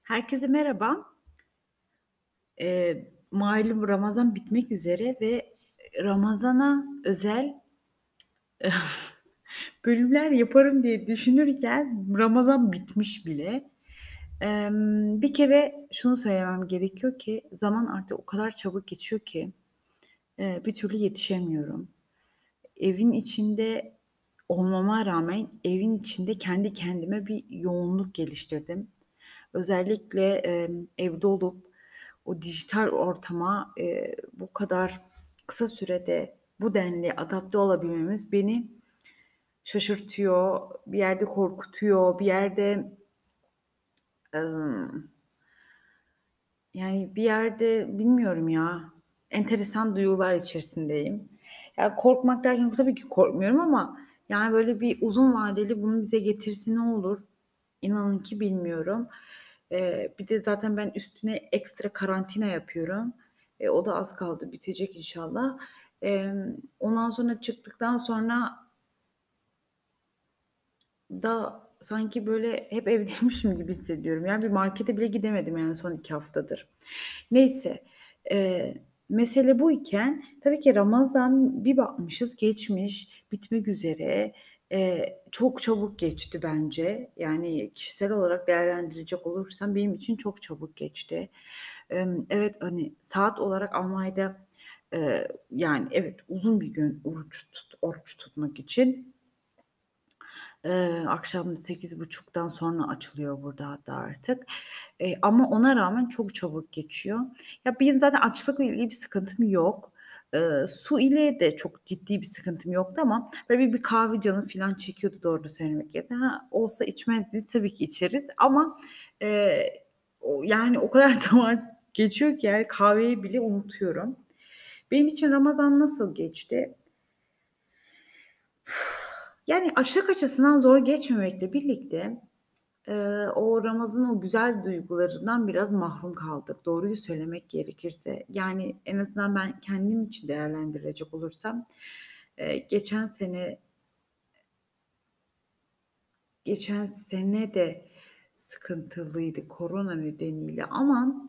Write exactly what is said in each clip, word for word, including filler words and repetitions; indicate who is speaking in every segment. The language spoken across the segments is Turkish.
Speaker 1: Herkese merhaba. Eee, malum Ramazan bitmek üzere ve Ramazan'a özel bölümler yaparım diye düşünürken Ramazan bitmiş bile. Emm, bir kere şunu söylemem gerekiyor ki zaman artık o kadar çabuk geçiyor ki, eee, bir türlü yetişemiyorum. Evin içinde olmama rağmen evin içinde kendi kendime bir yoğunluk geliştirdim. Özellikle, emm, evde olup o dijital ortama, eee, bu kadar kısa sürede bu denli adapte olabilmemiz beni şaşırtıyor, bir yerde korkutuyor, bir yerde, ımm, yani, bir yerde bilmiyorum ya, enteresan duygular içerisindeyim. Ya, korkmak derken tabii ki korkmuyorum ama, yani, böyle bir uzun vadeli bunun bize getirisi ne olur? İnanın ki bilmiyorum. Eee, bir de zaten ben üstüne ekstra karantina yapıyorum. E, o da az kaldı bitecek inşallah. Emm, ondan sonra çıktıktan sonra da sanki böyle hep evdeymişim gibi hissediyorum. Yani bir markete bile gidemedim yani son iki haftadır. Neyse, eee, mesele buyken tabii ki Ramazan bir bakmışız geçmiş, bitmek üzere. Eee, çok çabuk geçti bence. Yani kişisel olarak değerlendirecek olursam benim için çok çabuk geçti. Emm, evet, hani, saat olarak Almanya'da, eee, yani evet uzun bir gün oruç tut oruç tutmak için. Eee, akşam sekiz buçuktan sonra açılıyor burada hatta artık. Eee, ama ona rağmen çok çabuk geçiyor. Ya, benim zaten açlıkla ilgili bir sıkıntım yok. Eee, su ile de çok ciddi bir sıkıntım yoktu ama böyle bir bir kahve canım filan çekiyordu doğrusunu söylemek gerekirse. Ha, olsa içmez miyiz? Tabii ki içeriz ama, eee, o yani o kadar zaman geçiyor ki yani kahveyi bile unutuyorum. Benim için Ramazan nasıl geçti? Yani aşak açısından zor geçmemekle birlikte, eee, o Ramazan'ın o güzel duygularından biraz mahrum kaldık, doğruyu söylemek gerekirse. Yani en azından ben kendim için değerlendirecek olursam, eee, geçen sene geçen sene de sıkıntılıydı korona nedeniyle ama,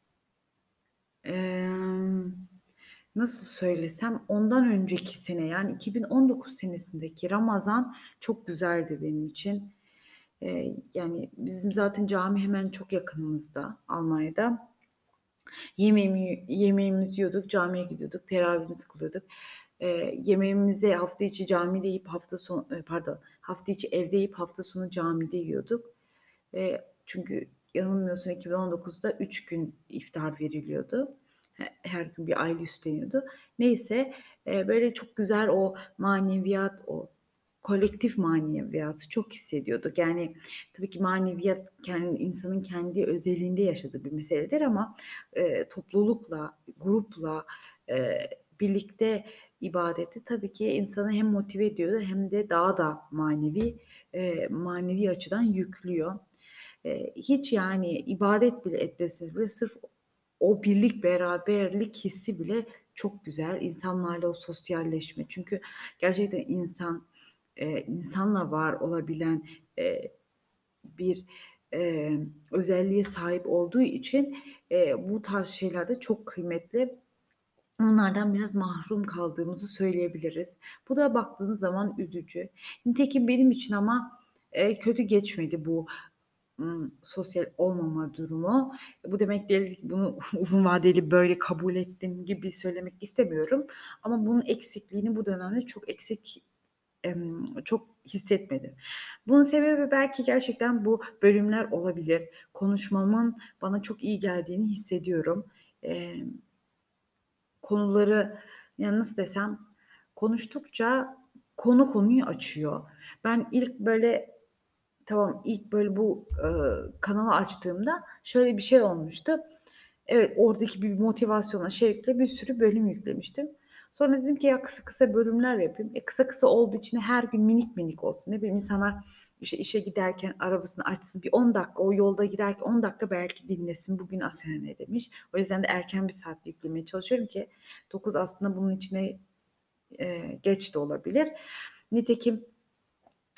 Speaker 1: emm, nasıl söylesem, ondan önceki sene yani iki bin on dokuz senesindeki Ramazan çok güzeldi benim için. Eee, yani, bizim zaten cami hemen çok yakınımızda Almanya'da. Yemeğimi yemeğimizi yiyorduk, camiye gidiyorduk, teravihimizi kılıyorduk. Eee, yemeğimizi hafta içi camide yiyip hafta sonu eee, pardon, hafta içi evde yiyip hafta sonu camide yiyorduk. Eee, çünkü yanılmıyorsam iki bin on dokuzda üç gün iftar veriliyordu. He her gün bir aile üstleniyordu. Neyse, eee, böyle çok güzel o maneviyat, o kolektif maneviyatı çok hissediyorduk. Yani, tabii ki maneviyat ken insanın kendi özelliğinde yaşadığı bir meseledir ama, eee, toplulukla, grupla, eee, birlikte ibadeti tabii ki insanı hem motive ediyordu hem de daha da manevi, eee, manevi açıdan yüklüyor. Eee, hiç yani ibadet bile etmeseniz bile sırf o birlik, beraberlik hissi bile çok güzel. İnsanlarla o sosyalleşme. Çünkü gerçekten insan, eee, insanla var olabilen, eee, bir, emm, özelliğe sahip olduğu için, eee, bu tarz şeyler de çok kıymetli. Onlardan biraz mahrum kaldığımızı söyleyebiliriz. Bu da baktığınız zaman üzücü. Nitekim benim için ama, eee, kötü geçmedi bu, ımm, sosyal olmama durumu. Bu demek değildir ki bunu uzun vadeli böyle kabul ettim gibi söylemek istemiyorum ama bunun eksikliğini bu dönemde çok eksik emm, çok hissetmedim. Bunun sebebi belki gerçekten bu bölümler olabilir. Konuşmamın bana çok iyi geldiğini hissediyorum. Emm Konuları, ya, nasıl desem, konuştukça konu konuyu açıyor. Ben ilk böyle tamam, ilk böyle bu, ııı, kanalı açtığımda şöyle bir şey olmuştu. Evet, oradaki bir motivasyonla, şevkle bir sürü bölüm yüklemiştim. Sonra dedim ki ya kısa kısa bölümler yapayım. E, kısa kısa olduğu için her gün minik minik olsun. Ne bileyim insanlar işte işe giderken arabasını açsın, bir on dakika o yolda giderken on dakika belki dinlesin. Bugün Asena ne demiş? O yüzden de erken bir saatte yüklemeye çalışıyorum ki dokuz aslında bunun içine, eee, geç de olabilir. Nitekim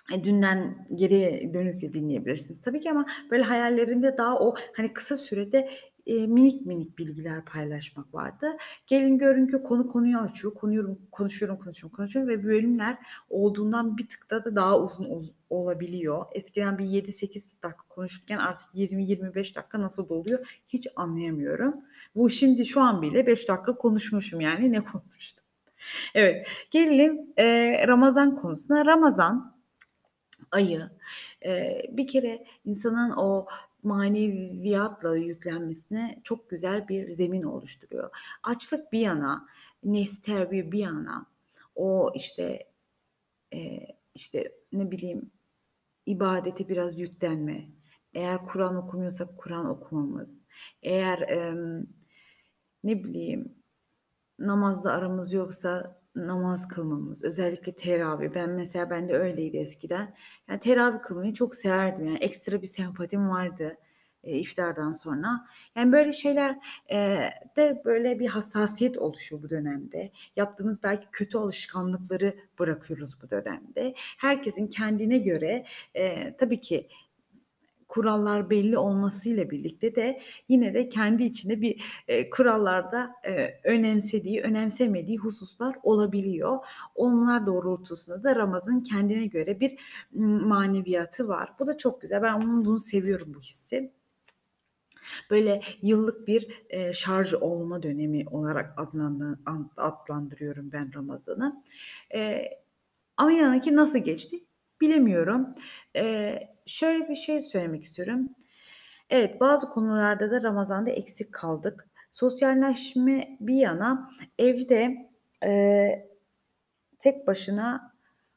Speaker 1: Eee, dünden geriye dönük de dinleyebilirsiniz tabii ki ama böyle hayallerimde daha o, hani, kısa sürede, eee, minik minik bilgiler paylaşmak vardı. Gelin görün ki konu konuyu açıyor. Konuyorum konuşuyorum, konuşuyorum, konuşuyorum ve bölümler olduğundan bir tık da da daha uzun ol olabiliyor. Eskiden bir yedi sekiz dakika konuşurken artık yirmi yirmi beş dakika nasıl doluyor hiç anlayamıyorum. Bu şimdi şu an bile beş dakika konuşmuşum yani ne konuştum. Evet, gelelim, eee, Ramazan konusuna. Ramazan ayı, eee, bir kere insanın o maneviyatla yüklenmesine çok güzel bir zemin oluşturuyor. Açlık bir yana, nefsi terbiye bir yana, o, işte, eee, işte, ne bileyim, ibadete biraz yüklenme, eğer Kur'an okumuyorsak Kur'an okumamız, eğer, emm, ne bileyim, namazla aramız yoksa namaz kılmamız, özellikle teravih. Ben mesela bende öyleydi eskiden. Yani teravih kılmayı çok severdim. Yani ekstra bir sempatim vardı, eee, iftardan sonra. Yani böyle şeyler eee, de böyle bir hassasiyet oluşuyor bu dönemde. Yaptığımız belki kötü alışkanlıkları bırakıyoruz bu dönemde. Herkesin kendine göre, eee, tabii ki kurallar belli olmasıyla birlikte de yine de kendi içinde bir, eee, kurallarda, eee, önemsediği, önemsemediği hususlar olabiliyor. Onlar doğrultusunda da Ramazan'ın kendine göre bir, ımm, maneviyatı var. Bu da çok güzel. Ben bunu bunu seviyorum bu hissi. Böyle yıllık bir, eee, şarj olma dönemi olarak adlandı an adlandırıyorum ben Ramazan'ı. Eee, ama inanın ki nasıl geçti bilemiyorum. Eee, şöyle bir şey söylemek istiyorum. Evet, bazı konularda da Ramazan'da eksik kaldık. Sosyalleşme bir yana evde, eee, tek başına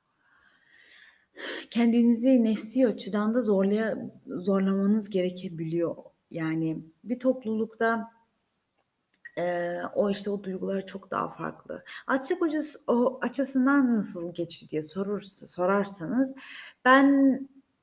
Speaker 1: kendinizi nesli açıdan da zorlaya zorlamanız gerekebiliyor. Yani bir toplulukta Eee, o, işte, o duygular çok daha farklı. Açlık hocası o açısından nasıl geçti diye sorursa sorarsanız ben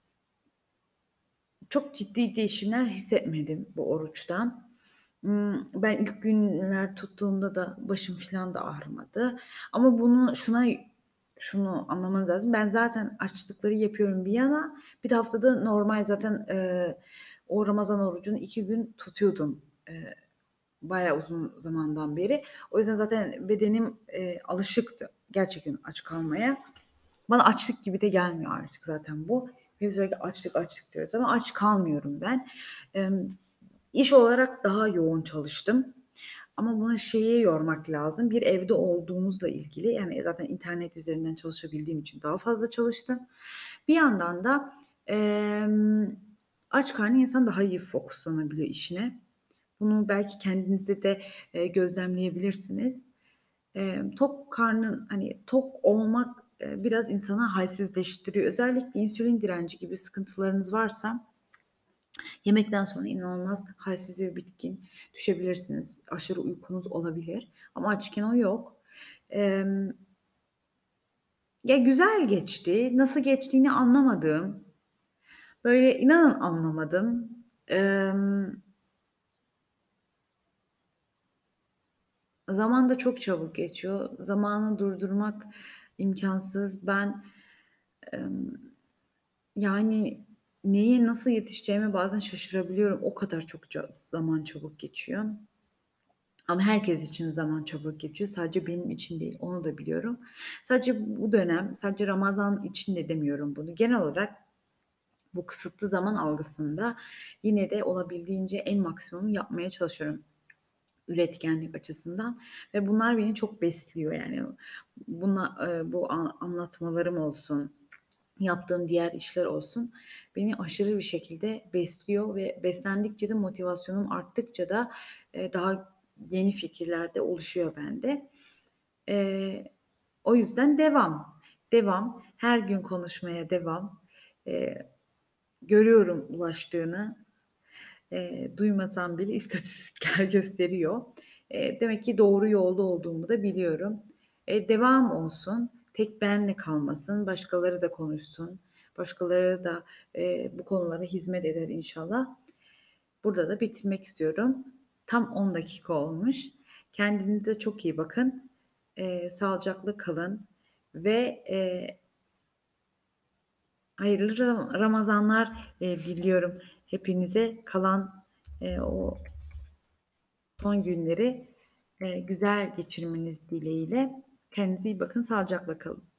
Speaker 1: çok ciddi değişimler hissetmedim bu oruçta. Imm, ben ilk günler tuttuğumda da başım filan da ağrımadı ama bunu şuna şunu anlamanız lazım. Ben zaten açlıkları yapıyorum bir yana, bir de haftada normal zaten, eee, o Ramazan orucunu iki gün tutuyordum. Eee Bayağı uzun zamandan beri. O yüzden zaten bedenim, eee, alışıktı gerçekten aç kalmaya. Bana açlık gibi de gelmiyor artık zaten bu. Biz sürekli açlık, açlık diyoruz ama aç kalmıyorum ben. Emm, iş olarak daha yoğun çalıştım ama bunu şeye yormak lazım, bir evde olduğumuzla ilgili, yani zaten internet üzerinden çalışabildiğim için daha fazla çalıştım. Bir yandan da, emm, aç karnı insan daha iyi fokuslanabiliyor işine. Bunu belki kendinize de, eee, gözlemleyebilirsiniz. Emm, tok karnın, hani, tok olmak, eee, biraz insanı halsizleştiriyor. Özellikle insülin direnci gibi sıkıntılarınız varsa yemekten sonra inanılmaz halsiz ve bitkin düşebilirsiniz. Aşırı uykunuz olabilir ama açken o yok. Emm, ya, güzel geçti. Nasıl geçtiğini anlamadım. Böyle, inanın anlamadım. Emm Zaman da çok çabuk geçiyor. Zamanı durdurmak imkânsız. Ben, emm, yani, neye nasıl yetişeceğime bazen şaşırabiliyorum. O kadar çok ça zaman çabuk geçiyor. Ama herkes için zaman çabuk geçiyor. Sadece benim için değil, onu da biliyorum. Sadece bu dönem, sadece Ramazan için de demiyorum bunu. Genel olarak bu kısıtlı zaman algısında yine de olabildiğince en maksimumu yapmaya çalışıyorum. Üretkenlik açısından ve bunlar beni çok besliyor yani. Buna eee, bu a anlatmalarım olsun, yaptığım diğer işler olsun beni aşırı bir şekilde besliyor ve beslendikçe de motivasyonum arttıkça da, eee, daha yeni fikirler de oluşuyor bende. Eee, o yüzden devam, devam, her gün konuşmaya devam. Eee, görüyorum ulaştığını. Eee, duymasam bile istatistikler gösteriyor. Eee, demek ki doğru yolda olduğumu da biliyorum. Eee, devam olsun, tek benle kalmasın, başkaları da konuşsun, başkaları da, eee, bu konulara hizmet eder inşallah. Burada da bitirmek istiyorum. Tam on dakika olmuş. Kendinize çok iyi bakın. Eee, sağlıcakla kalın ve, eee Hayırlı Ra Ramazanlar, eee, diliyorum hepinize. Kalan, eee, o son günleri, eee, güzel geçirmeniz dileğiyle. Kendinize iyi bakın, sağlıcakla kalın.